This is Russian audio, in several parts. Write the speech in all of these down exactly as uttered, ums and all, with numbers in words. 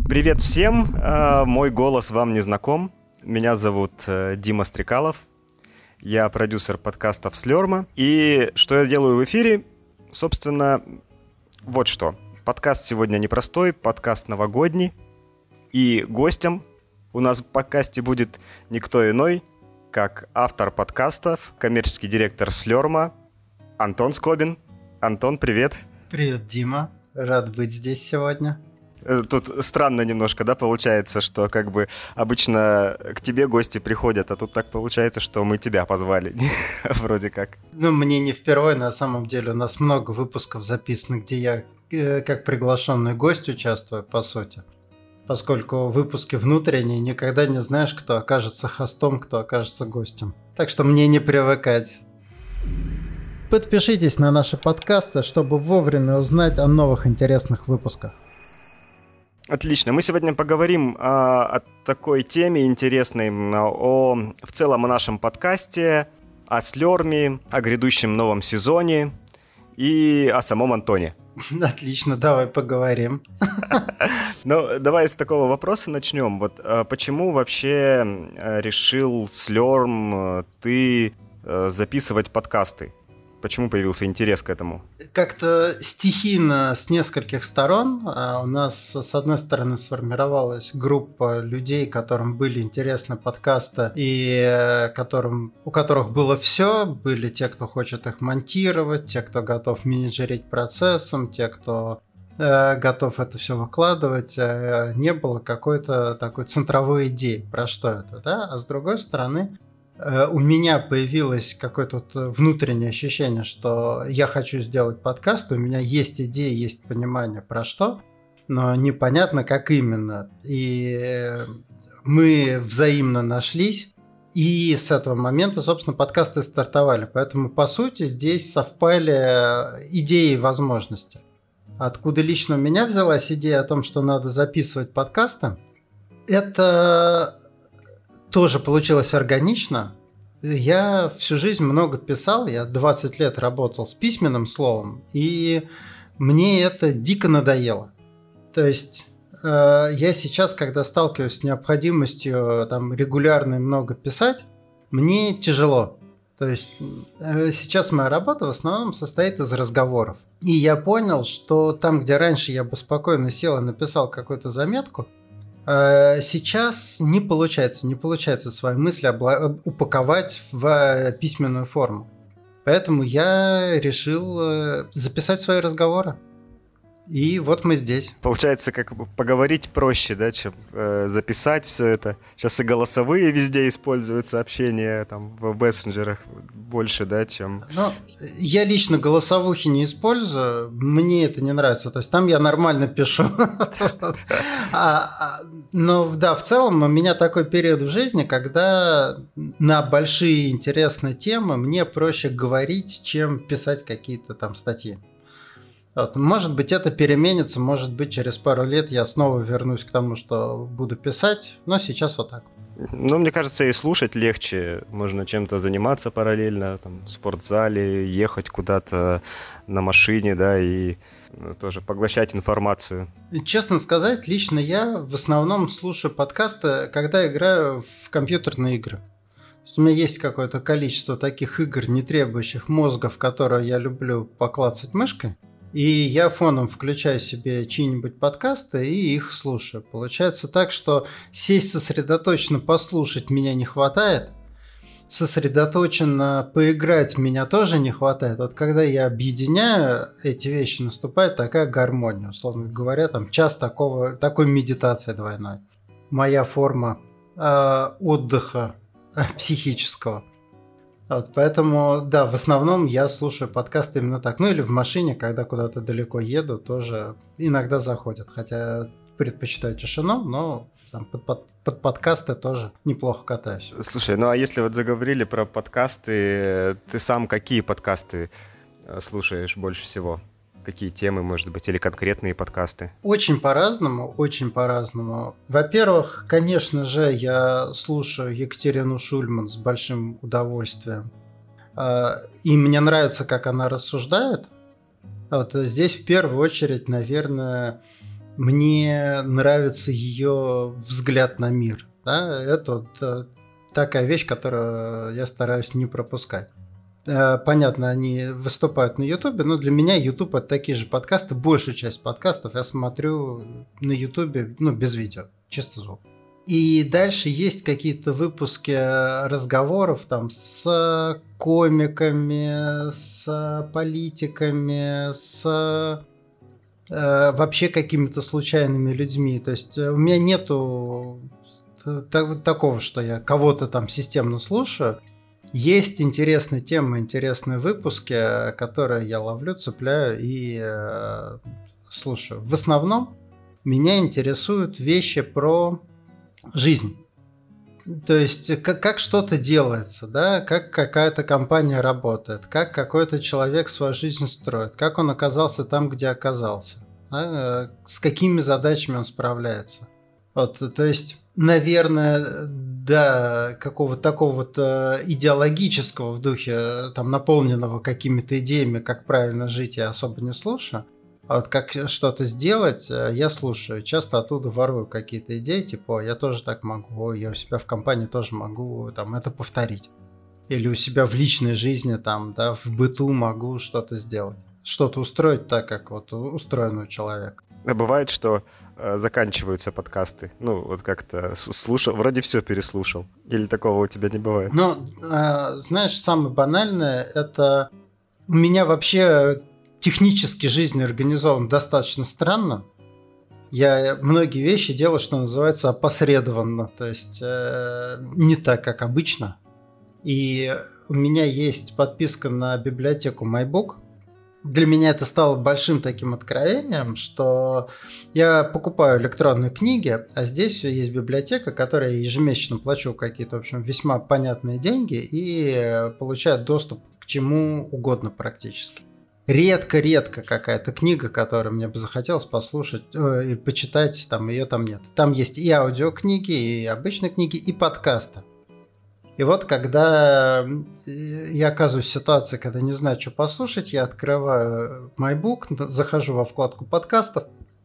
Привет всем, мой голос вам не знаком. Меня зовут Дима Стрекалов. Я продюсер подкастов Слерма. И что я делаю в эфире? Собственно, вот что. Подкаст сегодня непростой, подкаст новогодний. И гостем у нас в подкасте будет никто иной, как автор подкастов, коммерческий директор Слерма Антон Скобин. Антон, привет. Привет, Дима. Рад быть здесь сегодня. Тут странно немножко, да, получается, что как бы обычно к тебе гости приходят, а тут так получается, что мы тебя позвали, вроде как. Ну, мне не впервые, на самом деле, у нас много выпусков записано, где я э, как приглашенный гость участвую, по сути. Поскольку выпуски внутренние, никогда не знаешь, кто окажется хостом, кто окажется гостем. Так что мне не привыкать. Подпишитесь на наши подкасты, чтобы вовремя узнать о новых интересных выпусках. Отлично. Мы сегодня поговорим а, о такой теме интересной, о, в целом о нашем подкасте, о Слерме, о грядущем новом сезоне и о самом Антоне. Отлично, давай поговорим. Ну, давай с такого вопроса начнем. Вот почему вообще решил, Слерм, ты записывать подкасты? Почему появился интерес к этому? Как-то стихийно с нескольких сторон. У нас, с одной стороны, сформировалась группа людей, которым были интересны подкасты, и которым, у которых было все. Были те, кто хочет их монтировать, те, кто готов менеджерить процессом, те, кто э, готов это все выкладывать. Не было какой-то такой центровой идеи, про что это. Да? А с другой стороны, у меня появилось какое-то внутреннее ощущение, что я хочу сделать подкаст, у меня есть идея, есть понимание про что, но непонятно, как именно. И мы взаимно нашлись, и с этого момента, собственно, подкасты стартовали. Поэтому, по сути, здесь совпали идеи и возможности. Откуда лично у меня взялась идея о том, что надо записывать подкасты, это... тоже получилось органично. Я всю жизнь много писал, я двадцать лет работал с письменным словом, и мне это дико надоело. То есть э, я сейчас, когда сталкиваюсь с необходимостью там, регулярно и много писать, мне тяжело. То есть э, сейчас моя работа в основном состоит из разговоров. И я понял, что там, где раньше я бы спокойно сел и написал какую-то заметку, сейчас не получается, не получается свои мысли обла- упаковать в письменную форму. Поэтому я решил записать свои разговоры. И вот мы здесь. Получается, как бы поговорить проще, да, чем э, записать все это. Сейчас и голосовые везде используют сообщения там, в мессенджерах больше, да, чем... Ну, я лично голосовухи не использую, мне это не нравится. То есть там я нормально пишу. Но да, в целом у меня такой период в жизни, когда на большие интересные темы мне проще говорить, чем писать какие-то там статьи. Вот. Может быть, это переменится, может быть, через пару лет я снова вернусь к тому, что буду писать, но сейчас вот так. Ну, мне кажется, и слушать легче. Можно чем-то заниматься параллельно, там, в спортзале, ехать куда-то на машине, да, и тоже поглощать информацию. Честно сказать, лично я в основном слушаю подкасты, когда играю в компьютерные игры. У меня есть какое-то количество таких игр, не требующих мозга, в которые я люблю поклацать мышкой. И я фоном включаю себе чьи-нибудь подкасты и их слушаю. Получается так, что сесть сосредоточенно послушать меня не хватает, сосредоточенно поиграть меня тоже не хватает. Вот когда я объединяю эти вещи, наступает такая гармония. Условно говоря, там час такого, такой медитации двойной. Моя форма э, отдыха э, психического. Вот, поэтому, да, в основном я слушаю подкасты именно так. Ну или в машине, когда куда-то далеко еду, тоже иногда заходят. Хотя предпочитаю тишину, но там, под, под, под подкасты тоже неплохо катаюсь. Слушай, ну а если вот заговорили про подкасты, ты сам какие подкасты слушаешь больше всего? Какие темы, может быть, или конкретные подкасты? Очень по-разному, очень по-разному. Во-первых, конечно же, я слушаю Екатерину Шульман с большим удовольствием. И мне нравится, как она рассуждает. Вот здесь в первую очередь, наверное, мне нравится ее взгляд на мир. Да? Это вот такая вещь, которую я стараюсь не пропускать. Понятно, они выступают на Ютубе, но для меня Ютуб — это такие же подкасты. Большую часть подкастов я смотрю на Ютубе, ну, без видео, чисто звук. И дальше есть какие-то выпуски разговоров там с комиками, с политиками, с э, вообще какими-то случайными людьми. То есть у меня нету так, такого, что я кого-то там системно слушаю. Есть интересные темы, интересные выпуски, которые я ловлю, цепляю и э, слушаю. В основном меня интересуют вещи про жизнь. То есть, как, как что-то делается, да, как какая-то компания работает, как какой-то человек свою жизнь строит, как он оказался там, где оказался, да, с какими задачами он справляется. Вот, то есть, наверное, до какого-то такого вот идеологического в духе, там, наполненного какими-то идеями, как правильно жить, я особо не слушаю. А вот как что-то сделать, я слушаю. Часто оттуда ворую какие-то идеи, типа, я тоже так могу, я у себя в компании тоже могу там, это повторить. Или у себя в личной жизни, там, да, в быту могу что-то сделать. Что-то устроить так, как вот устроено у человека. А бывает, что э, заканчиваются подкасты. Ну, вот как-то слушал, вроде все переслушал. Или такого у тебя не бывает? Ну, э, знаешь, самое банальное, это у меня вообще технически жизнь организована достаточно странно. Я многие вещи делаю, что называется, опосредованно, то есть э, не так, как обычно. И у меня есть подписка на библиотеку MyBook. Для меня это стало большим таким откровением, что я покупаю электронные книги, а здесь есть библиотека, которой я ежемесячно плачу какие-то, в общем, весьма понятные деньги и получаю доступ к чему угодно практически. Редко-редко какая-то книга, которую мне бы захотелось послушать э, и почитать, там ее там нет. Там есть и аудиокниги, и обычные книги, и подкасты. И вот когда я оказываюсь в ситуации, когда не знаю, что послушать, я открываю MyBook, захожу во вкладку подкастов,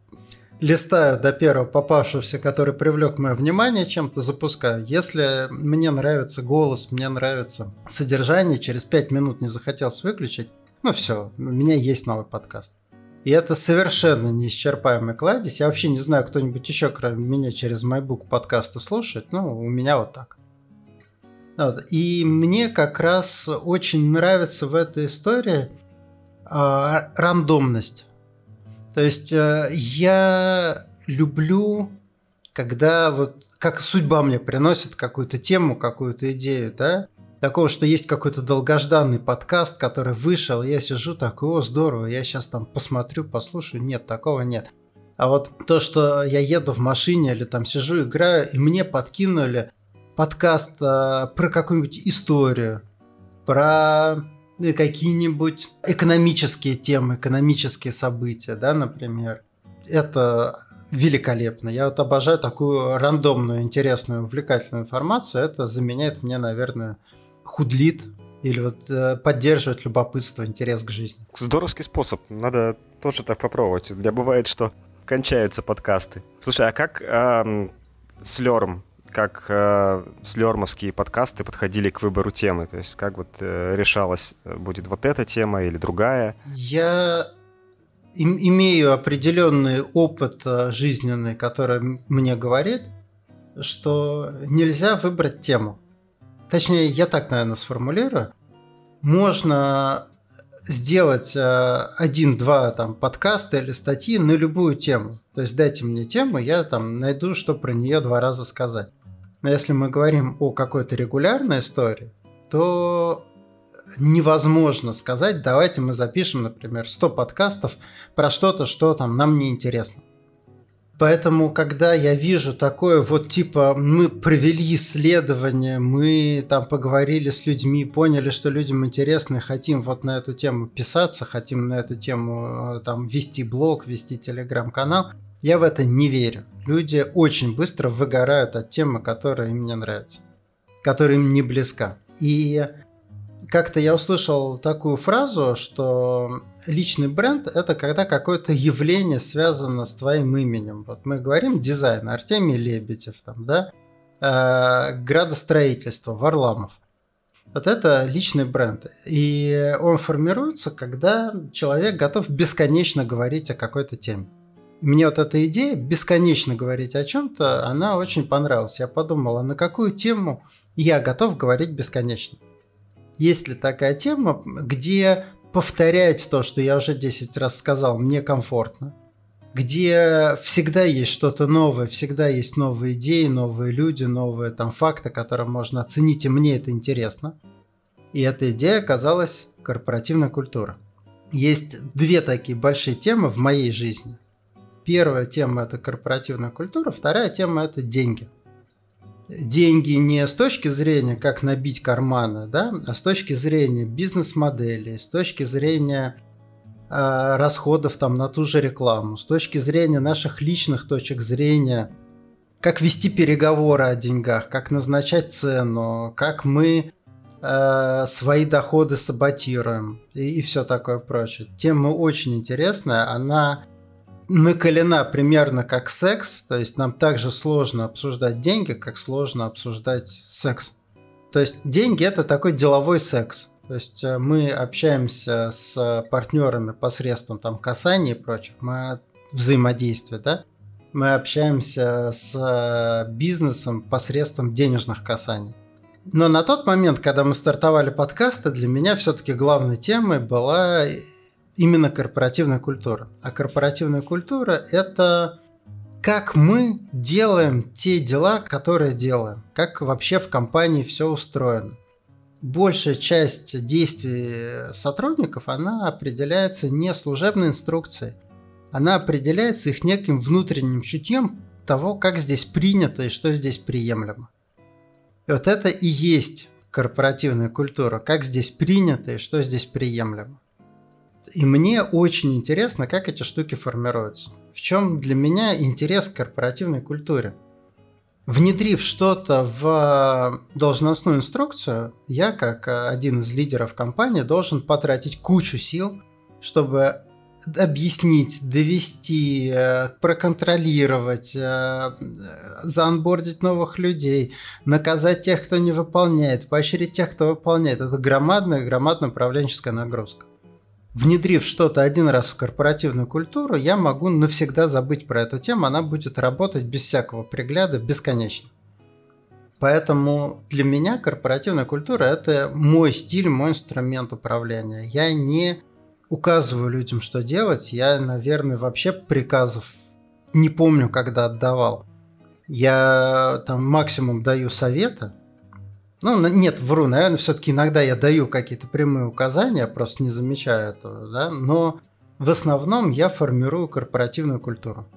листаю до первого попавшегося, который привлек мое внимание, чем-то запускаю. Если мне нравится голос, мне нравится содержание, через пять минут не захотелось выключить, ну все, у меня есть новый подкаст. И это совершенно неисчерпаемый кладезь. Я вообще не знаю, кто-нибудь еще, кроме меня, через MyBook подкасты слушает. Ну, у меня вот так. Вот. И мне как раз очень нравится в этой истории э, рандомность. То есть э, я люблю, когда вот как судьба мне приносит какую-то тему, какую-то идею, да, такого, что есть какой-то долгожданный подкаст, который вышел, и я сижу такой, о, здорово, я сейчас там посмотрю, послушаю. Нет, такого нет. А вот то, что я еду в машине или там сижу, играю, и мне подкинули подкаст а, про какую-нибудь историю, про какие-нибудь экономические темы, экономические события, да, например. Это великолепно. Я вот обожаю такую рандомную, интересную, увлекательную информацию. Это заменяет мне, наверное, худлит или вот э, поддерживает любопытство, интерес к жизни. Здоровский способ. Надо тоже так попробовать. У меня бывает, что кончаются подкасты. Слушай, а как э, слёрм, как э, слёрмовские подкасты подходили к выбору темы? То есть как вот э, решалась, будет вот эта тема или другая? Я им, имею определенный опыт жизненный, который мне говорит, что нельзя выбрать тему. Точнее, я так, наверное, сформулирую. Можно сделать один-два там подкаста или статьи на любую тему. То есть дайте мне тему, я там найду, что про нее два раза сказать. Но если мы говорим о какой-то регулярной истории, то невозможно сказать, давайте мы запишем, например, сто подкастов про что-то, что там нам не интересно. Поэтому, когда я вижу такое вот типа мы провели исследование, мы там поговорили с людьми, поняли, что людям интересно, хотим вот на эту тему писаться, хотим на эту тему там вести блог, вести телеграм-канал, я в это не верю. Люди очень быстро выгорают от темы, которая им не нравится, которая им не близка. И как-то я услышал такую фразу, что личный бренд – это когда какое-то явление связано с твоим именем. Вот мы говорим дизайн, Артемий Лебедев, там, да, э, градостроительство, Варламов. Вот это личный бренд. И он формируется, когда человек готов бесконечно говорить о какой-то теме. И мне вот эта идея бесконечно говорить о чем-то, она очень понравилась. Я подумал, а на какую тему я готов говорить бесконечно? Есть ли такая тема, где повторять то, что я уже десять раз сказал, мне комфортно, где всегда есть что-то новое, всегда есть новые идеи, новые люди, новые там факты, которые можно оценить, и мне это интересно. И эта идея оказалась корпоративная культура. Есть две такие большие темы в моей жизни. Первая тема – это корпоративная культура, вторая тема – это деньги. Деньги не с точки зрения, как набить карманы, да, а с точки зрения бизнес-модели, с точки зрения э, расходов там, на ту же рекламу, с точки зрения наших личных точек зрения, как вести переговоры о деньгах, как назначать цену, как мы э, свои доходы саботируем и, и все такое прочее. Тема очень интересная, она накалена примерно как секс, то есть нам также сложно обсуждать деньги, как сложно обсуждать секс. То есть деньги – это такой деловой секс. То есть мы общаемся с партнерами посредством там касаний и прочих, мы взаимодействия, да? Мы общаемся с бизнесом посредством денежных касаний. Но на тот момент, когда мы стартовали подкасты, для меня все-таки главной темой была именно корпоративная культура. А корпоративная культура – это как мы делаем те дела, которые делаем. Как вообще в компании все устроено. Большая часть действий сотрудников, она определяется не служебной инструкцией. Она определяется их неким внутренним чутьем того, как здесь принято и что здесь приемлемо. И вот это и есть корпоративная культура. Как здесь принято и что здесь приемлемо. И мне очень интересно, как эти штуки формируются. В чем для меня интерес к корпоративной культуре? Внедрив что-то в должностную инструкцию, я, как один из лидеров компании, должен потратить кучу сил, чтобы объяснить, довести, проконтролировать, заонбордить новых людей, наказать тех, кто не выполняет, поощрить тех, кто выполняет. Это громадная-громадная управленческая нагрузка. Внедрив что-то один раз в корпоративную культуру, я могу навсегда забыть про эту тему, она будет работать без всякого пригляда бесконечно. Поэтому для меня корпоративная культура – это мой стиль, мой инструмент управления. Я не указываю людям, что делать, я, наверное, вообще приказов не помню, когда отдавал. Я там максимум даю советы. Ну, нет, вру, наверное, все-таки иногда я даю какие-то прямые указания, просто не замечаю этого, да, но в основном я формирую корпоративную культуру.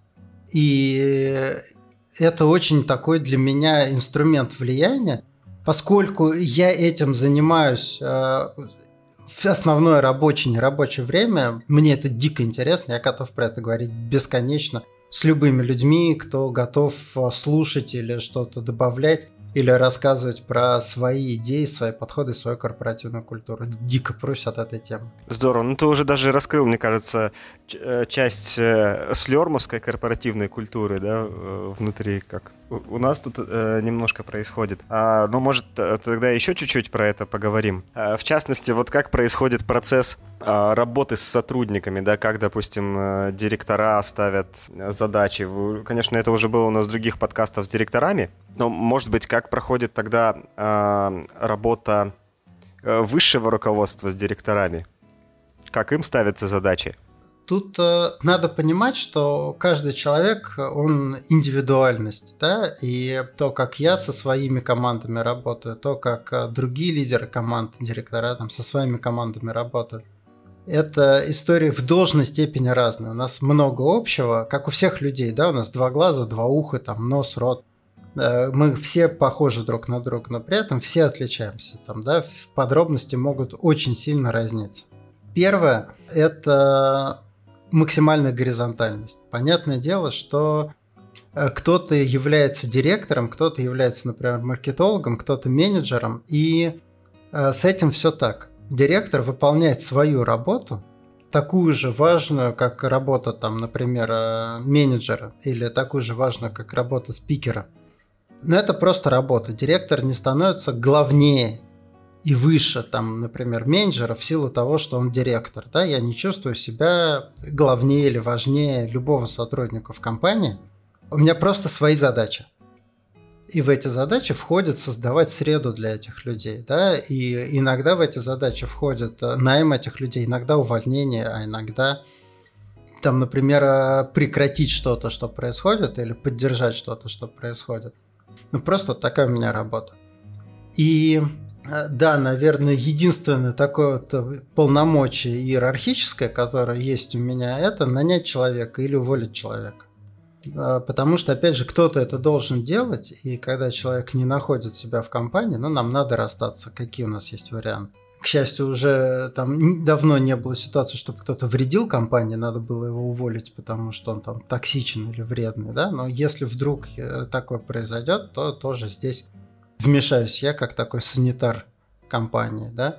И это очень такой для меня инструмент влияния, поскольку я этим занимаюсь э, в основное рабочее, нерабочее время, мне это дико интересно, я готов про это говорить бесконечно с любыми людьми, кто готов слушать или что-то добавлять, или рассказывать про свои идеи, свои подходы, свою корпоративную культуру. Дико прусь от этой темы. Здорово. Ну, ты уже даже раскрыл, мне кажется, часть слёрмовской корпоративной культуры, да, внутри как. У нас тут э, немножко происходит. А, ну, может, тогда еще чуть-чуть про это поговорим. А, в частности, вот как происходит процесс а, работы с сотрудниками, да, как, допустим, директора ставят задачи. Конечно, это уже было у нас в других подкастах с директорами, но, может быть, как проходит тогда а, работа высшего руководства с директорами? Как им ставятся задачи? Тут э, надо понимать, что каждый человек, он индивидуальность, да, и то, как я со своими командами работаю, то, как другие лидеры команд, директора там со своими командами работают, это истории в должной степени разные. У нас много общего, как у всех людей, да, у нас два глаза, два уха, там, нос, рот. Мы все похожи друг на друга, но при этом все отличаемся, там, да, в подробности могут очень сильно разниться. Первое – это максимальная горизонтальность. Понятное дело, что кто-то является директором, кто-то является, например, маркетологом, кто-то менеджером, и с этим все так. Директор выполняет свою работу, такую же важную, как работа, там, например, менеджера, или такую же важную, как работа спикера. Но это просто работа. Директор не становится главнее и выше, там, например, менеджера в силу того, что он директор. Да? Я не чувствую себя главнее или важнее любого сотрудника в компании. У меня просто свои задачи. И в эти задачи входит создавать среду для этих людей. Да? И иногда в эти задачи входит найм этих людей, иногда увольнение, а иногда, там, например, прекратить что-то, что происходит, или поддержать что-то, что происходит. Ну, просто вот такая у меня работа. И да, наверное, единственное такое вот полномочие иерархическое, которое есть у меня, это нанять человека или уволить человека. Потому что, опять же, кто-то это должен делать, и когда человек не находит себя в компании, ну, нам надо расстаться. Какие у нас есть варианты? К счастью, уже там давно не было ситуации, чтобы кто-то вредил компании, надо было его уволить, потому что он там токсичен или вредный, да? Но если вдруг такое произойдет, то тоже здесь вмешаюсь я, как такой санитар компании, да?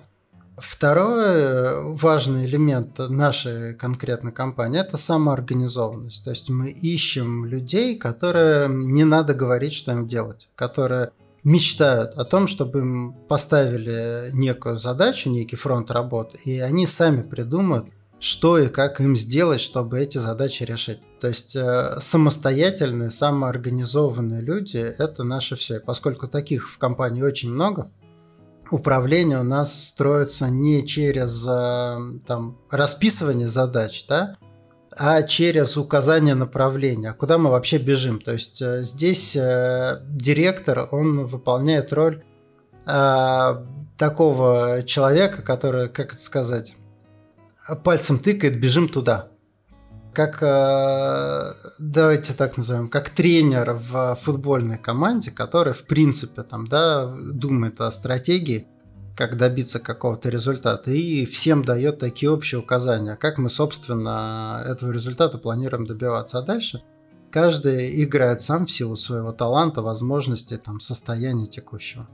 Второй важный элемент нашей конкретной компании – это самоорганизованность. То есть мы ищем людей, которые не надо говорить, что им делать, которые мечтают о том, чтобы им поставили некую задачу, некий фронт работы, и они сами придумают, что и как им сделать, чтобы эти задачи решить. То есть э, самостоятельные, самоорганизованные люди – это наше все. И поскольку таких в компании очень много, управление у нас строится не через э, там, расписывание задач, да, а через указание направления, куда мы вообще бежим. То есть э, здесь э, директор, он выполняет роль э, такого человека, который, как это сказать, пальцем тыкает, бежим туда. Как, э, давайте так назовем, как тренер в футбольной команде, который, в принципе, там, да, думает о стратегии, как добиться какого-то результата, и всем дает такие общие указания, как мы, собственно, этого результата планируем добиваться. А дальше каждый играет сам в силу своего таланта, возможностей, там, состояния текущего.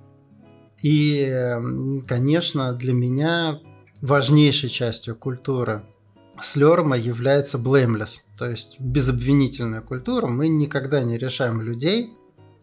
И, конечно, для меня важнейшей частью культуры Слерма является blameless, то есть безобвинительная культура. Мы никогда не решаем людей,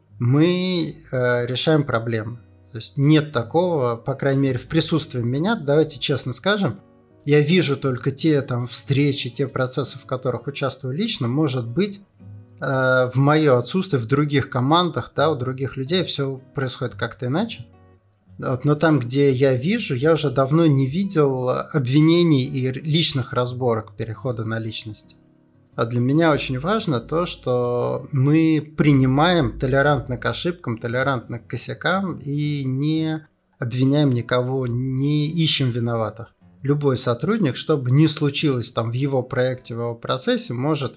мы э, решаем проблемы. То есть нет такого, по крайней мере, в присутствии меня, давайте честно скажем, я вижу только те там встречи, те процессы, в которых участвую лично. Может быть, э, в мое отсутствие в других командах, да, у других людей все происходит как-то иначе. Вот, но там, где я вижу, я уже давно не видел обвинений и личных разборок, перехода на личности. А для меня очень важно то, что мы принимаем толерантно к ошибкам, толерантно к косякам и не обвиняем никого, не ищем виноватых. Любой сотрудник, что бы ни случилось там в его проекте, в его процессе, может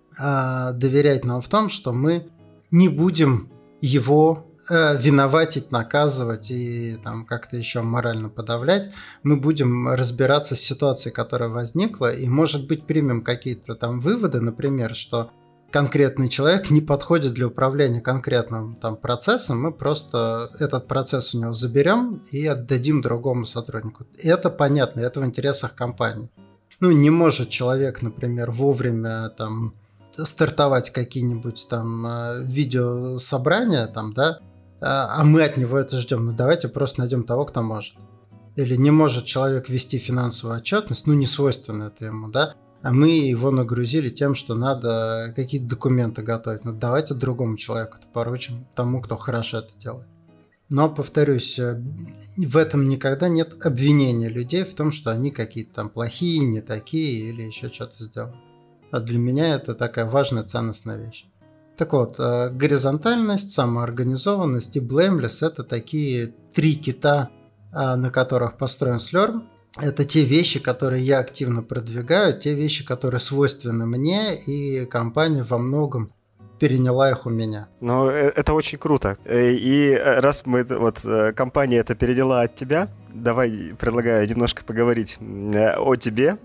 э, доверять нам в том, что мы не будем его виноватить, наказывать и там как-то еще морально подавлять. Мы будем разбираться с ситуацией, которая возникла, и, может быть, примем какие-то там выводы, например, что конкретный человек не подходит для управления конкретным там процессом, мы просто этот процесс у него заберем и отдадим другому сотруднику. Это понятно, это в интересах компании. Ну, не может человек, например, вовремя там стартовать какие-нибудь там видеособрания, там, да, а мы от него это ждем. Ну, давайте просто найдем того, кто может. Или не может человек вести финансовую отчетность, ну, не свойственно это ему, да, а мы его нагрузили тем, что надо какие-то документы готовить. Ну, давайте другому человеку это поручим, тому, кто хорошо это делает. Но, повторюсь, в этом никогда нет обвинения людей в том, что они какие-то там плохие, не такие или еще что-то сделали. А для меня это такая важная ценностная вещь. Так вот, горизонтальность, самоорганизованность и blameless – это такие три кита, на которых построен Slurm. Это те вещи, которые я активно продвигаю, те вещи, которые свойственны мне, и компания во многом переняла их у меня. Ну, это очень круто. И раз мы, вот, компания это переняла от тебя, давай предлагаю немножко поговорить о тебе.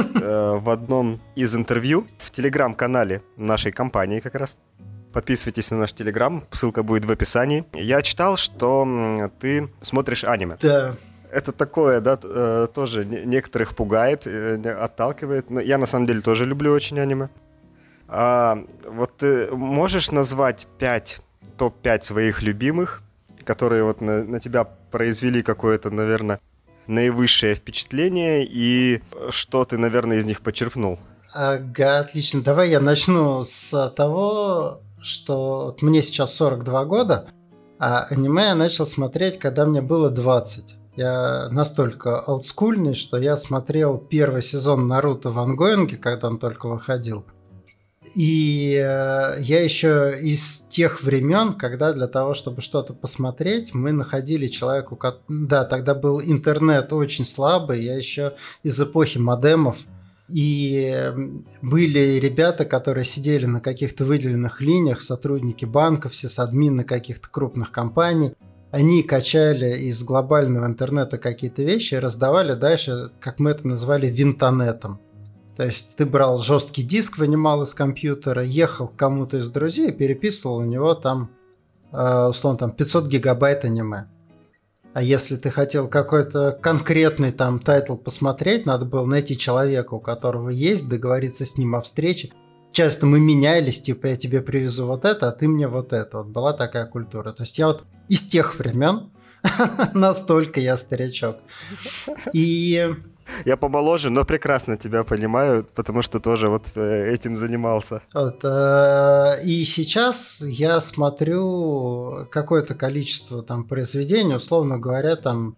В одном из интервью в телеграм-канале нашей компании как раз. Подписывайтесь на наш телеграм, ссылка будет в описании. Я читал, что ты смотришь аниме. Да. это такое, да, тоже некоторых пугает, отталкивает. Но я на самом деле тоже люблю очень аниме. А вот ты можешь назвать пять, топ пять своих любимых, которые вот на, на тебя произвели какое-то, наверное, наивысшее впечатление, и что ты, наверное, из них почерпнул? Ага, отлично. Давай я начну с того, что вот мне сейчас сорок два года, а аниме я начал смотреть, когда мне было двадцать. Я настолько олдскульный, что я смотрел первый сезон Наруто в ангоинге, когда он только выходил. И э, я еще из тех времен, когда для того, чтобы что-то посмотреть, мы находили человека, да, тогда был интернет очень слабый, я еще из эпохи модемов. И были ребята, которые сидели на каких-то выделенных линиях, сотрудники банков, сисадмины каких-то крупных компаний. Они качали из глобального интернета какие-то вещи и раздавали дальше, как мы это называли, винтонетом. То есть ты брал жесткий диск, вынимал из компьютера, ехал к кому-то из друзей и переписывал у него там, условно, там пятьсот гигабайт аниме. А если ты хотел какой-то конкретный там тайтл посмотреть, надо было найти человека, у которого есть, договориться с ним о встрече. Часто мы менялись, типа я тебе привезу вот это, а ты мне вот это. Вот была такая культура. То есть я вот из тех времен, настолько я старичок. И... Я помоложе, но прекрасно тебя понимаю, потому что тоже вот этим занимался. Вот, э, и сейчас я смотрю какое-то количество там произведений, условно говоря, там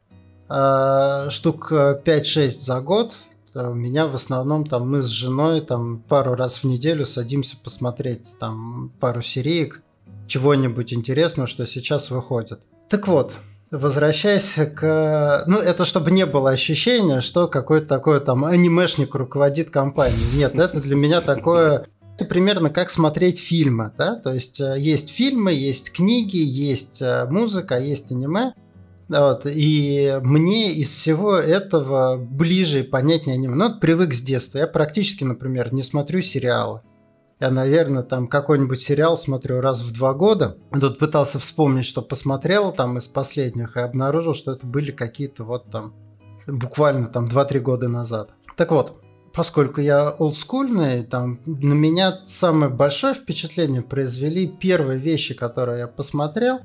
э, штук пять-шесть за год. У меня в основном там мы с женой там пару раз в неделю садимся посмотреть там пару сериек, чего-нибудь интересного, что сейчас выходит. Так вот, возвращаясь к... Ну, это чтобы не было ощущения, что какой-то такой там анимешник руководит компанией. Нет, это для меня такое... Это примерно как смотреть фильмы, да? То есть есть фильмы, есть книги, есть музыка, есть аниме. Вот. И мне из всего этого ближе и понятнее аниме. Ну, привык с детства. Я практически, например, не смотрю сериалы. Я, наверное, там какой-нибудь сериал смотрю раз в два года. Тут пытался вспомнить, что посмотрел там из последних, и обнаружил, что это были какие-то вот там буквально там два-три года назад. Так вот, поскольку я олдскульный, там на меня самое большое впечатление произвели первые вещи, которые я посмотрел.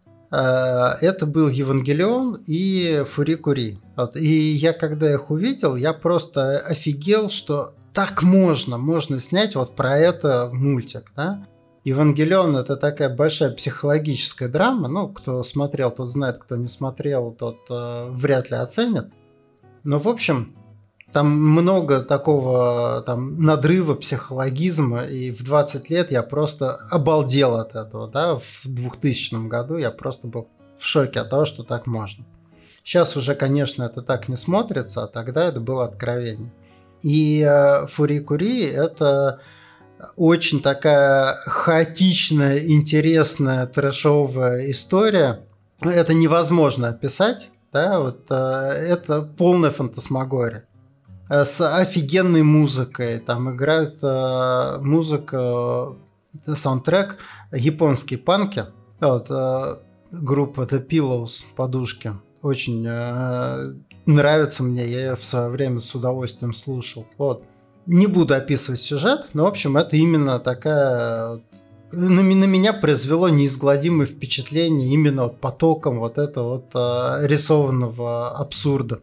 Это был Евангелион и Фури-Кури. Вот. И я, когда их увидел, я просто офигел, что так можно, можно снять вот про это мультик, да? Евангелион — это такая большая психологическая драма, ну, кто смотрел, тот знает, кто не смотрел, тот э, вряд ли оценит. Но, в общем, там много такого там надрыва, психологизма, и в двадцать лет я просто обалдел от этого, да? В двухтысячном году я просто был в шоке от того, что так можно. Сейчас уже, конечно, это так не смотрится, а тогда это было откровение. И э, Фури-Кури — это очень такая хаотичная, интересная, трэшовая история. Это невозможно описать, да, вот э, это полная фантасмагория. Э, с офигенной музыкой, там играют э, музыка, э, саундтрек, японские панки, вот, э, группа The Pillows, подушки, очень... Э, нравится мне, я ее в свое время с удовольствием слушал. Вот. Не буду описывать сюжет, но, в общем, это именно такая... На меня произвело неизгладимое впечатление именно вот потоком вот этого вот а, рисованного абсурда.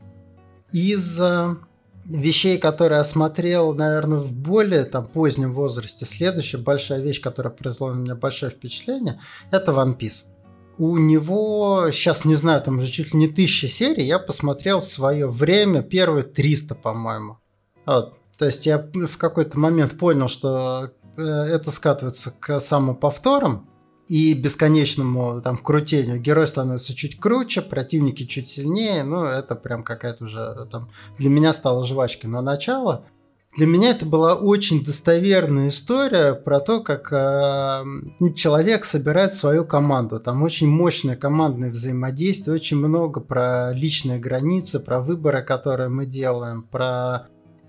Из а, вещей, которые я смотрел, наверное, в более там, позднем возрасте, следующая большая вещь, которая произвела на меня большое впечатление, это One Piece. У него, сейчас не знаю, там уже чуть ли не тысяча серий, я посмотрел в свое время первые триста, по-моему. Вот. То есть я в какой-то момент понял, что это скатывается к самоповторам и бесконечному там крутению. Герой становится чуть круче, противники чуть сильнее, ну это прям какая-то уже там для меня стала жвачкой. Но начало... Для меня это была очень достоверная история про то, как э, человек собирает свою команду. Там очень мощное командное взаимодействие, очень много про личные границы, про выборы, которые мы делаем, про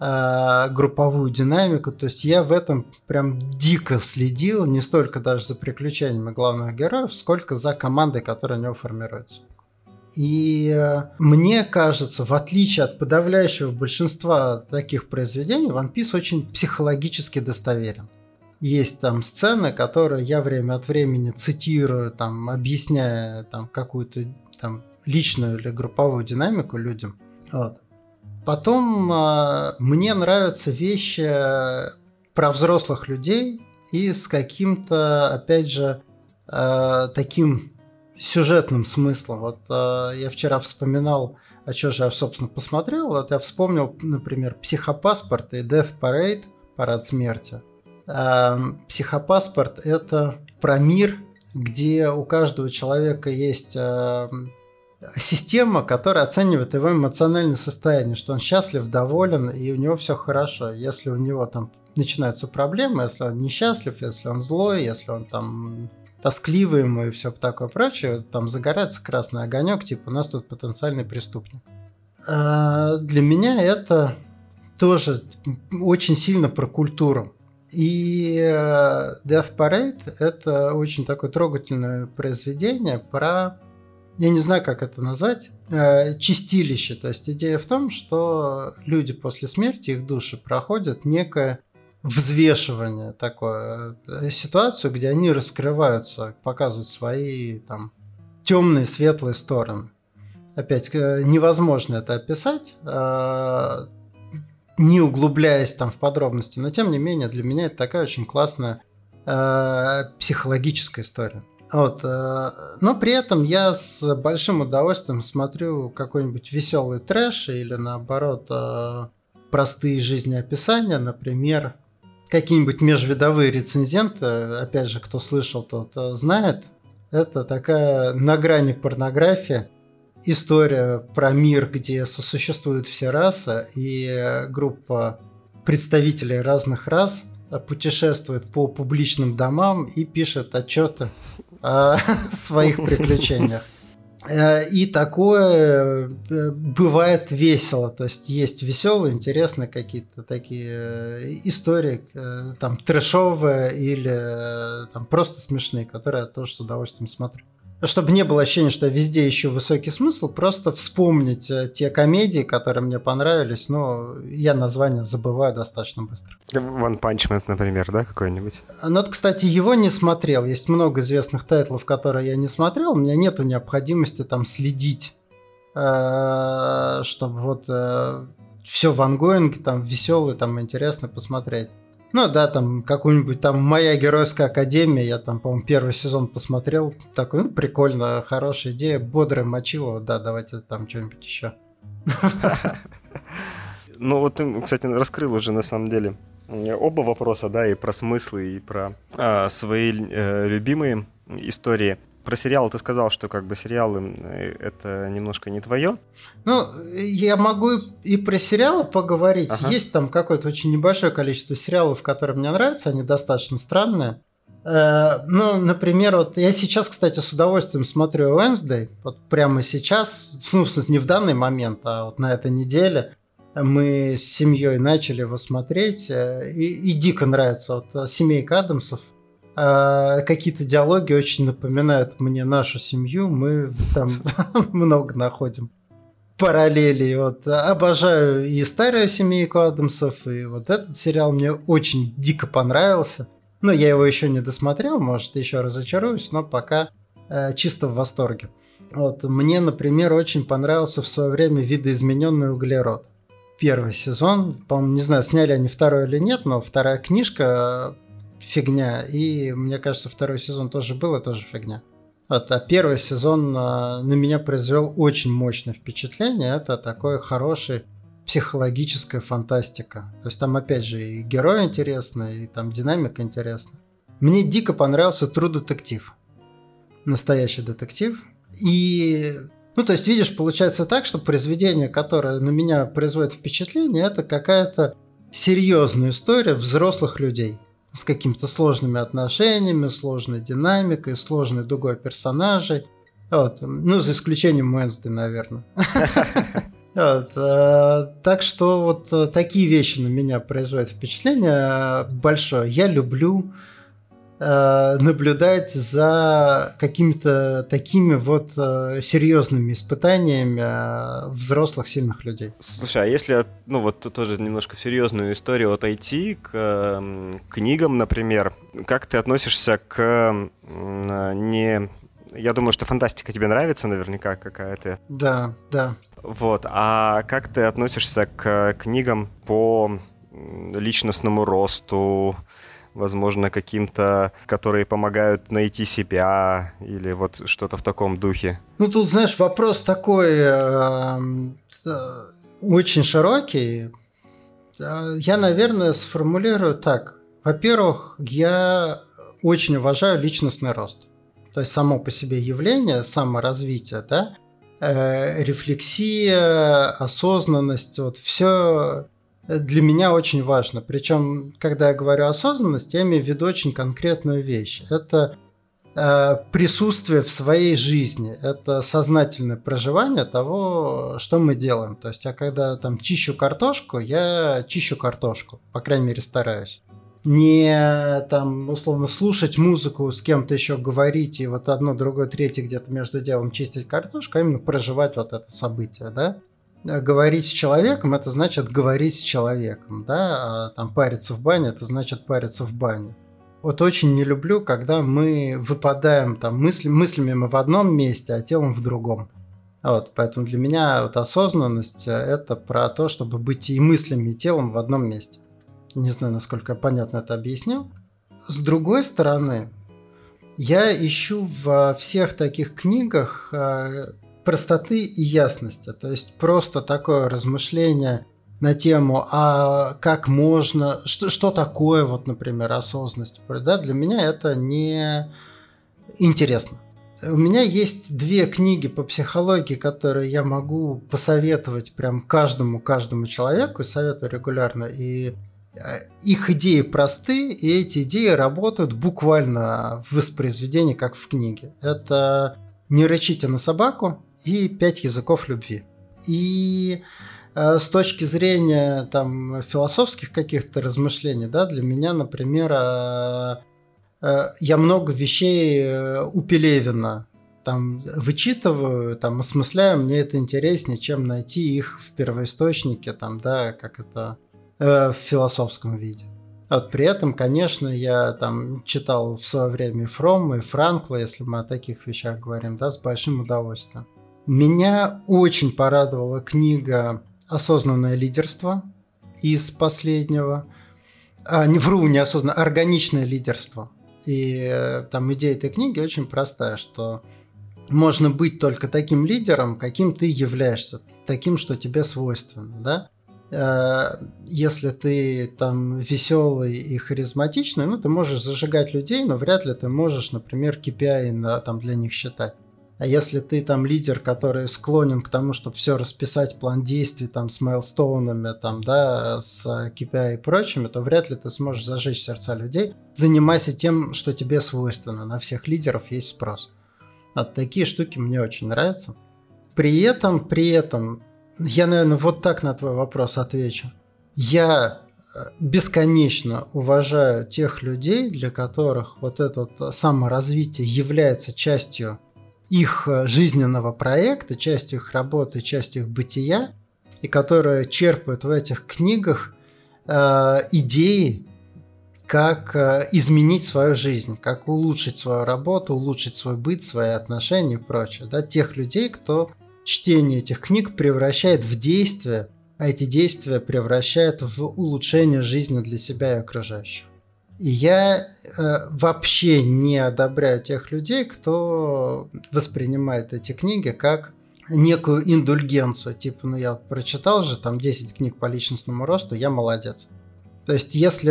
э, групповую динамику. То есть я в этом прям дико следил, не столько даже за приключениями главных героев, сколько за командой, которая у него формируется. И мне кажется, в отличие от подавляющего большинства таких произведений, One Piece очень психологически достоверен. Есть там сцены, которые я время от времени цитирую, там, объясняя там, какую-то там, личную или групповую динамику людям. Вот. Потом э, мне нравятся вещи про взрослых людей и с каким-то, опять же, э, таким сюжетным смыслом. Вот э, я вчера вспоминал, а что же я, собственно, посмотрел. Вот я вспомнил, например, «Психопаспорт» и «Death Parade», «Парад смерти». Э, «Психопаспорт» — это про мир, где у каждого человека есть э, система, которая оценивает его эмоциональное состояние, что он счастлив, доволен, и у него все хорошо. Если у него там начинаются проблемы, если он несчастлив, если он злой, если он там тоскливый ему и все такое прочее, там загорается красный огонек, типа у нас тут потенциальный преступник. А для меня это тоже очень сильно про культуру. И Death Parade — это очень такое трогательное произведение про, я не знаю, как это назвать, чистилище. То есть идея в том, что люди после смерти, их души проходят некое взвешивание, такое, ситуацию, где они раскрываются, показывают свои там темные, светлые стороны. Опять, невозможно это описать, не углубляясь там в подробности, но тем не менее для меня это такая очень классная психологическая история. Вот. Но при этом я с большим удовольствием смотрю какой-нибудь веселый трэш или наоборот простые жизнеописания, например, какие-нибудь межвидовые рецензенты, опять же, кто слышал, тот знает, это такая на грани порнографии история про мир, где сосуществуют все расы, и группа представителей разных рас путешествует по публичным домам и пишет отчеты о своих приключениях. И такое бывает весело, то есть есть веселые, интересные какие-то такие истории, там трэшовые или там просто смешные, которые я тоже с удовольствием смотрю. Чтобы не было ощущения, что я везде ищу высокий смысл, просто вспомнить те комедии, которые мне понравились, но я название забываю достаточно быстро. One Punch Man, например, да, какой-нибудь? Ну, вот, кстати, его не смотрел. Есть много известных тайтлов, которые я не смотрел. У меня нету необходимости там следить, чтобы вот все в ангоинге, там веселый, там интересно посмотреть. Ну да, там какую-нибудь там «Моя геройская академия», я там, по-моему, первый сезон посмотрел, такой, ну, прикольно, хорошая идея, бодрая Мочилова, да, давайте там что-нибудь еще. Ну вот ты, кстати, раскрыл уже на самом деле оба вопроса, да, и про смыслы, и про а, свои э, любимые истории. Про сериалы ты сказал, что как бы сериалы это немножко не твое. Ну, я могу и про сериалы поговорить. Ага. Есть там какое-то очень небольшое количество сериалов, которые мне нравятся, они достаточно странные. Ну, например, вот я сейчас, кстати, с удовольствием смотрю Wednesday, вот прямо сейчас, ну, в смысле, не в данный момент, а вот на этой неделе мы с семьей начали его смотреть, и, и дико нравится. Вот «Семейка Адамсов». Какие-то диалоги очень напоминают мне нашу семью, мы там много находим параллелей. Вот. Обожаю и старую «Семейку Адамсов», и вот этот сериал мне очень дико понравился. Но я его еще не досмотрел, может, еще разочаруюсь, но пока э, чисто в восторге. Вот. Мне, например, очень понравился в свое время «Видоизмененный углерод». Первый сезон, по-моему, не знаю, сняли они второй или нет, но вторая книжка фигня, и мне кажется, второй сезон тоже был, и тоже фигня. Вот, а первый сезон на меня произвел очень мощное впечатление. Это такой хороший психологическая фантастика. То есть там опять же и герой интересный, и там динамика интересная. Мне дико понравился True Detective. Настоящий детектив. И, ну, то есть, видишь, получается так, что произведение, которое на меня производит впечатление, это какая-то серьезная история взрослых людей. С какими-то сложными отношениями, сложной динамикой, сложной дугой персонажей. Вот. Ну, за исключением Wednesday, наверное. Вот. Так что вот такие вещи на меня производят впечатление большое. Я люблю э, наблюдать за какими-то такими вот э, серьезными испытаниями э, взрослых сильных людей. Слушай, а если, ну вот тоже немножко в серьезную историю отойти к э, книгам, например, как ты относишься к э, не... Я думаю, что фантастика тебе нравится наверняка какая-то. Да, да. Вот, а как ты относишься к книгам по личностному росту, возможно, каким-то, которые помогают найти себя или вот что-то в таком духе? Ну, тут, знаешь, вопрос такой э, э, очень широкий. Я, наверное, сформулирую так. Во-первых, я очень уважаю личностный рост. То есть само по себе явление, саморазвитие, да, э, рефлексия, осознанность, вот все для меня очень важно. Причем, когда я говорю осознанность, я имею в виду очень конкретную вещь. Это э, присутствие в своей жизни, это сознательное проживание того, что мы делаем. То есть я когда там чищу картошку, я чищу картошку, по крайней мере стараюсь. Не там условно слушать музыку, с кем-то еще говорить и вот одно, другое, третье где-то между делом чистить картошку, а именно проживать вот это событие, да. Говорить с человеком — это значит говорить с человеком, да, а там париться в бане — это значит париться в бане. Вот очень не люблю, когда мы выпадаем там мысли, мыслями мы в одном месте, а телом в другом. Вот, поэтому для меня вот осознанность — это про то, чтобы быть и мыслями, и телом в одном месте. Не знаю, насколько я понятно это объяснил. С другой стороны, я ищу во всех таких книгах простоты и ясности. То есть просто такое размышление на тему, а как можно, что, что такое, вот, например, осознанность. Да, для меня это не интересно. У меня есть две книги по психологии, которые я могу посоветовать прям каждому, каждому человеку, и советую регулярно. И их идеи просты, и эти идеи работают буквально в воспроизведении, как в книге. Это «Не рычите на собаку» и «Пять языков любви». И э, с точки зрения там, философских каких-то размышлений, да, для меня, например, э, э, я много вещей э, у Пелевина там вычитываю, там, осмысляю, мне это интереснее, чем найти их в первоисточнике, там, да, как это... в философском виде. Вот при этом, конечно, я там читал в свое время и Фромма, и Франкла, если мы о таких вещах говорим, да, с большим удовольствием. Меня очень порадовала книга «Осознанное лидерство» из последнего. А, не вру, неосознанно, «Органичное лидерство». И э, там идея этой книги очень простая, что можно быть только таким лидером, каким ты являешься, таким, что тебе свойственно, да? Если ты там веселый и харизматичный, ну, ты можешь зажигать людей, но вряд ли ты можешь, например, кей пи ай на, там, для них считать. А если ты там лидер, который склонен к тому, чтобы все расписать, план действий там, с майлстоунами, там, да, с кей пи ай и прочими, то вряд ли ты сможешь зажечь сердца людей. Занимайся тем, что тебе свойственно. На всех лидеров есть спрос. Вот такие штуки мне очень нравятся. При этом, при этом... Я, наверное, вот так на твой вопрос отвечу. Я бесконечно уважаю тех людей, для которых вот это саморазвитие является частью их жизненного проекта, частью их работы, частью их бытия, и которые черпают в этих книгах э, идеи, как э, изменить свою жизнь, как улучшить свою работу, улучшить свой быт, свои отношения и прочее. Да? Тех людей, кто... чтение этих книг превращает в действие, а эти действия превращают в улучшение жизни для себя и окружающих. И я э, вообще не одобряю тех людей, кто воспринимает эти книги как некую индульгенцию. Типа, ну я вот прочитал же там десять книг по личностному росту, я молодец. То есть, если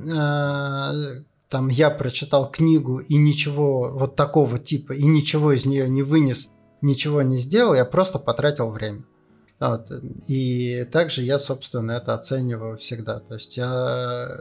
э, там я прочитал книгу и ничего вот такого типа, и ничего из нее не вынес, ничего не сделал, я просто потратил время. Вот. И также я, собственно, это оцениваю всегда. То есть я...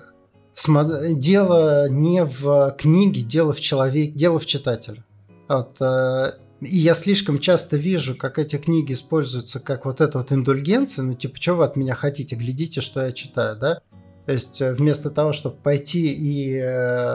дело не в книге, дело в человеке, дело в читателе. Вот. И я слишком часто вижу, как эти книги используются как вот эта вот индульгенция, ну типа, что вы от меня хотите, глядите, что я читаю, да? То есть вместо того, чтобы пойти и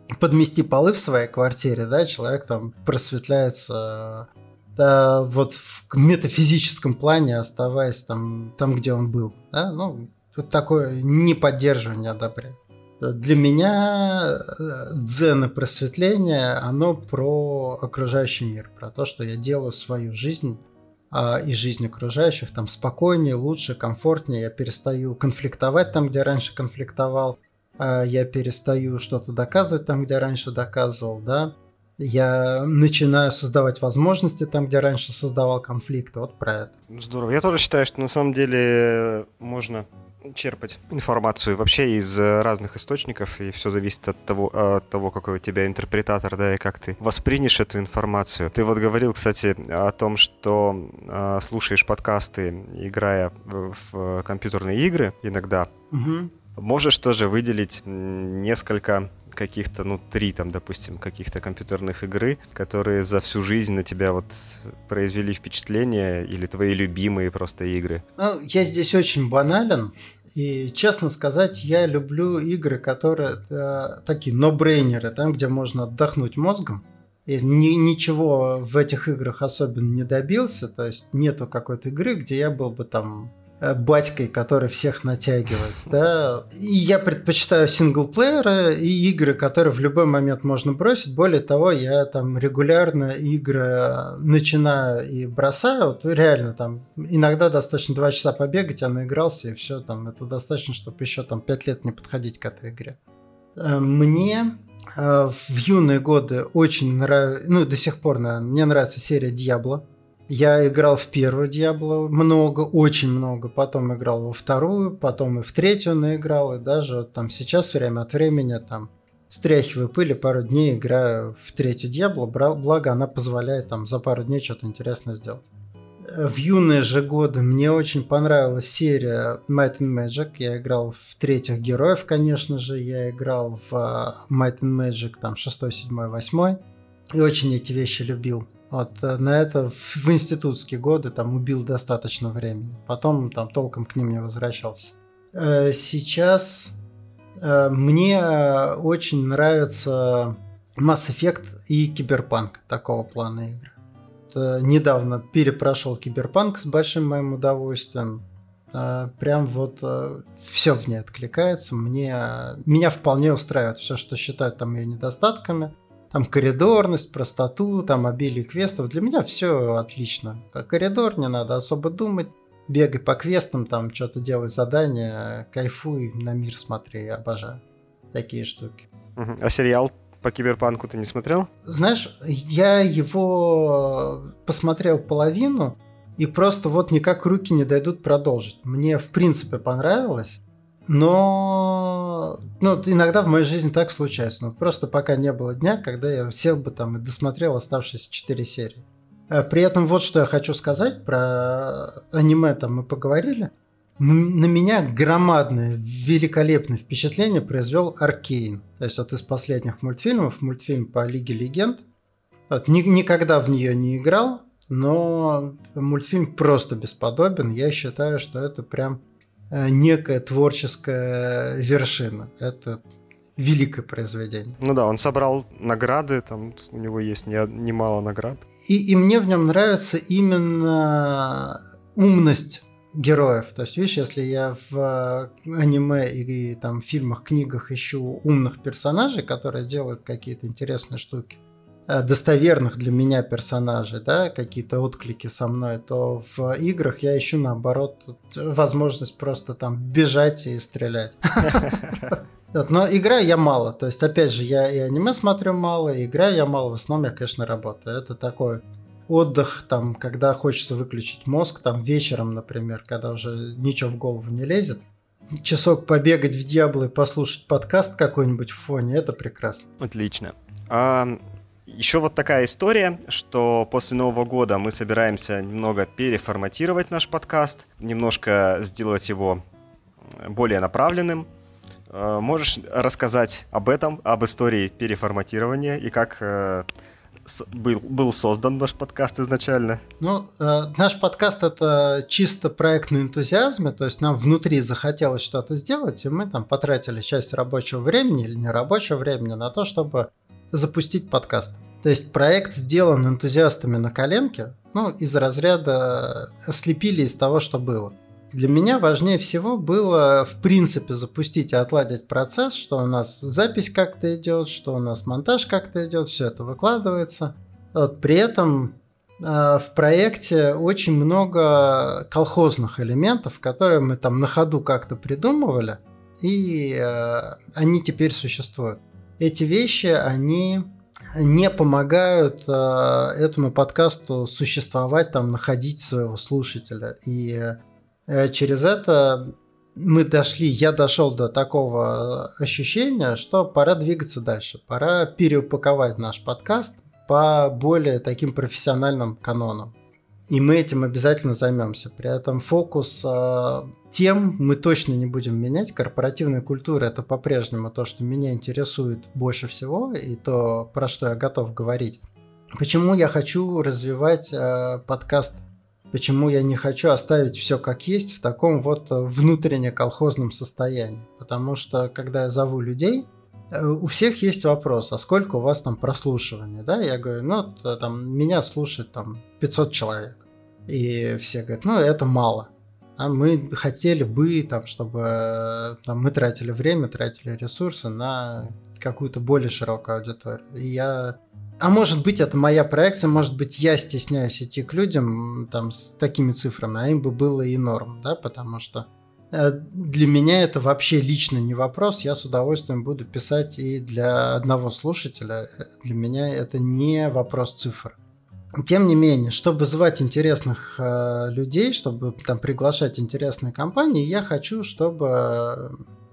подмести полы в своей квартире, да, человек там просветляется, да, вот в метафизическом плане, оставаясь там, там где он был, да, ну, вот такое неподдерживание одобряю. Для меня дзен и просветление, оно про окружающий мир, про то, что я делаю свою жизнь а, и жизнь окружающих там спокойнее, лучше, комфортнее, я перестаю конфликтовать там, где раньше конфликтовал, а, я перестаю что-то доказывать там, где раньше доказывал, да, я начинаю создавать возможности там, где раньше создавал конфликты. Вот про это. Здорово. Я тоже считаю, что на самом деле можно черпать информацию вообще из разных источников, и все зависит от того, от того, какой у тебя интерпретатор, да, и как ты воспринешь эту информацию. Ты вот говорил, кстати, о том, что э, слушаешь подкасты, играя в, в компьютерные игры иногда. Угу. Можешь тоже выделить несколько каких-то, ну, три там, допустим, каких-то компьютерных игры, которые за всю жизнь на тебя вот произвели впечатление, или твои любимые просто игры? Ну, я здесь очень банален, и, честно сказать, я люблю игры, которые э, такие но-брейнеры, там, где можно отдохнуть мозгом. И ни, ничего в этих играх особенно не добился, то есть нету какой-то игры, где я был бы там батькой, который всех натягивает, да. И я предпочитаю синглплееры и игры, которые в любой момент можно бросить. Более того, я там регулярно игры начинаю и бросаю. Вот реально там иногда достаточно два часа побегать, я наигрался, и все, там это достаточно, чтобы еще там пять лет не подходить к этой игре. Мне в юные годы очень нравится, ну до сих пор, наверное, мне нравится серия Diablo. Я играл в первую Diablo много, очень много, потом играл во вторую, потом и в третью наиграл, и даже вот там сейчас время от времени там стряхиваю пыль и пару дней играю в третью Diablo, благо она позволяет там за пару дней что-то интересное сделать. В юные же годы мне очень понравилась серия Might and Magic, я играл в третьих героев, конечно же, я играл в Might and Magic там шестой, седьмой, восьмой, и очень эти вещи любил. Вот на это в институтские годы там убил достаточно времени. Потом там толком к ним не возвращался. Сейчас мне очень нравится Mass Effect и Киберпанк, такого плана игры. Недавно перепрошел Киберпанк с большим моим удовольствием. Прям вот все в ней откликается. Мне, меня вполне устраивает все, что считают там ее недостатками. Там коридорность, простоту, там обилие квестов. Для меня все отлично. Как коридор, не надо особо думать. Бегай по квестам, там что-то делай задания, кайфуй, на мир смотри, обожаю такие штуки. Uh-huh. А сериал по Киберпанку ты не смотрел? Знаешь, я его посмотрел половину, и просто вот никак руки не дойдут продолжить. Мне в принципе понравилось. Но ну, иногда в моей жизни так случается. Ну, просто пока не было дня, когда я сел бы там и досмотрел оставшиеся четыре серии. При этом вот что я хочу сказать про аниме, там мы поговорили. На меня громадное, великолепное впечатление произвел Аркейн. То есть вот из последних мультфильмов, мультфильм по Лиге Легенд. Вот, ни, никогда в нее не играл, но мультфильм просто бесподобен. Я считаю, что это прям некая творческая вершина. Это великое произведение. Ну да, он собрал награды, там у него есть немало наград. И, и мне в нем нравится именно умность героев. То есть, видишь, если я в аниме и, и там фильмах, книгах ищу умных персонажей, которые делают какие-то интересные штуки, достоверных для меня персонажей, да, какие-то отклики со мной, то в играх я ищу, наоборот, возможность просто там бежать и стрелять. Но играю я мало. То есть, опять же, я и аниме смотрю мало, и играю я мало. В основном я, конечно, работаю. Это такой отдых, там, когда хочется выключить мозг, там, вечером, например, когда уже ничего в голову не лезет. Часок побегать в Diablo и послушать подкаст какой-нибудь в фоне, это прекрасно. Отлично. А... Еще вот такая история, что после Нового года мы собираемся немного переформатировать наш подкаст, немножко сделать его более направленным. Можешь рассказать об этом, об истории переформатирования и как был, был создан наш подкаст изначально? Ну, э, наш подкаст — это чисто проект на энтузиазме, то есть нам внутри захотелось что-то сделать, и мы там потратили часть рабочего времени или нерабочего времени на то, чтобы запустить подкаст. То есть проект сделан энтузиастами на коленке, ну, из разряда слепили из того, что было. Для меня важнее всего было, в принципе, запустить и отладить процесс, что у нас запись как-то идет, что у нас монтаж как-то идет, все это выкладывается. Вот, при этом э, в проекте очень много колхозных элементов, которые мы там на ходу как-то придумывали, и э, они теперь существуют. Эти вещи, они не помогают э, этому подкасту существовать, там, находить своего слушателя. И через это мы дошли, я дошел до такого ощущения, что пора двигаться дальше, пора переупаковать наш подкаст по более таким профессиональным канонам. И мы этим обязательно займемся. При этом фокус э, тем мы точно не будем менять. Корпоративная культура — это по-прежнему то, что меня интересует больше всего, и то, про что я готов говорить. Почему я хочу развивать э, подкаст? Почему я не хочу оставить все как есть в таком вот внутренне колхозном состоянии? Потому что, когда я зову людей, у всех есть вопрос, а сколько у вас там прослушиваний? Да? Я говорю, ну, там, меня слушает там пятьсот человек. И все говорят, ну, это мало. А мы хотели бы, там, чтобы там, мы тратили время, тратили ресурсы на какую-то более широкую аудиторию. И я... А может быть, это моя проекция, может быть, я стесняюсь идти к людям там, с такими цифрами, а им бы было и норм, да, потому что э, для меня это вообще лично не вопрос, я с удовольствием буду писать и для одного слушателя, для меня это не вопрос цифр. Тем не менее, чтобы звать интересных э, людей, чтобы там приглашать интересные компании, я хочу, чтобы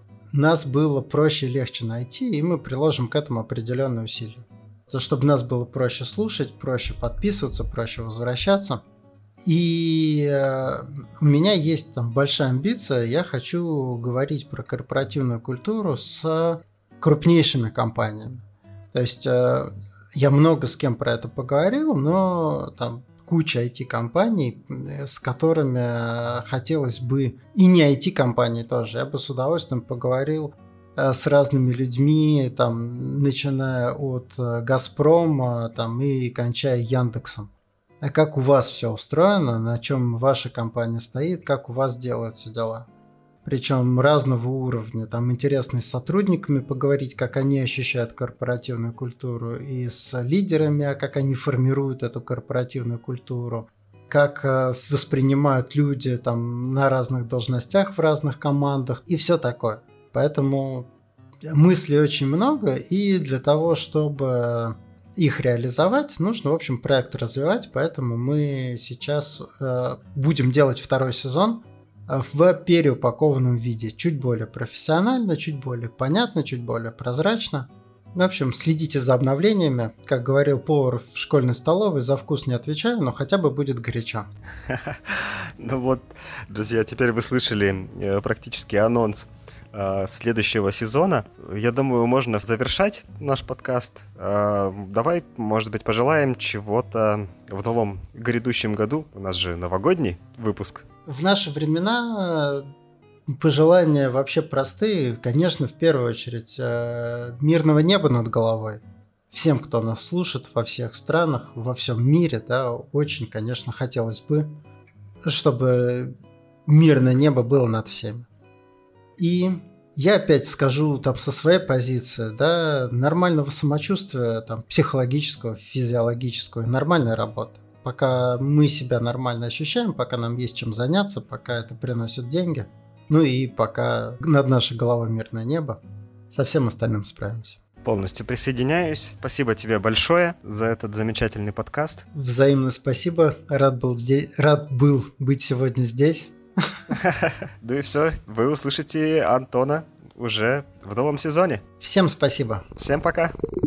нас было проще и легче найти, и мы приложим к этому определенные усилия. Чтобы нас было проще слушать, проще подписываться, проще возвращаться. И э, у меня есть там большая амбиция, я хочу говорить про корпоративную культуру с крупнейшими компаниями. То есть э, я много с кем про это поговорил, но там куча ай ти-компаний, с которыми хотелось бы, и не ай ти-компании тоже, я бы с удовольствием поговорил с разными людьми, там, начиная от Газпрома там, и кончая Яндексом. А как у вас все устроено, на чем ваша компания стоит, как у вас делаются дела. Причем разного уровня. Там интересно с сотрудниками поговорить, как они ощущают корпоративную культуру, и с лидерами, как они формируют эту корпоративную культуру, как воспринимают люди там, на разных должностях в разных командах и все такое. Поэтому мыслей очень много, и для того, чтобы их реализовать, нужно, в общем, проект развивать, поэтому мы сейчас э, будем делать второй сезон в переупакованном виде, чуть более профессионально, чуть более понятно, чуть более прозрачно. В общем, следите за обновлениями. Как говорил повар в школьной столовой, за вкус не отвечаю, но хотя бы будет горячо. Ну вот, друзья, теперь вы слышали практически анонс следующего сезона. Я думаю, можно завершать наш подкаст. Давай, может быть, пожелаем чего-то в новом грядущем году. У нас же новогодний выпуск. В наши времена пожелания вообще простые. Конечно, в первую очередь, мирного неба над головой. Всем, кто нас слушает во всех странах, во всем мире, да, очень, конечно, хотелось бы, чтобы мирное небо было над всеми. И я опять скажу там со своей позиции, да, нормального самочувствия, там, психологического, физиологического, нормальная работа. Пока мы себя нормально ощущаем, пока нам есть чем заняться, пока это приносит деньги, ну и пока над нашей головой мирное небо, со всем остальным справимся. Полностью присоединяюсь. Спасибо тебе большое за этот замечательный подкаст. Взаимно спасибо. Рад был, здесь, рад был быть сегодня здесь. Ну и все, вы услышите Антона уже в новом сезоне. Всем спасибо. Всем пока.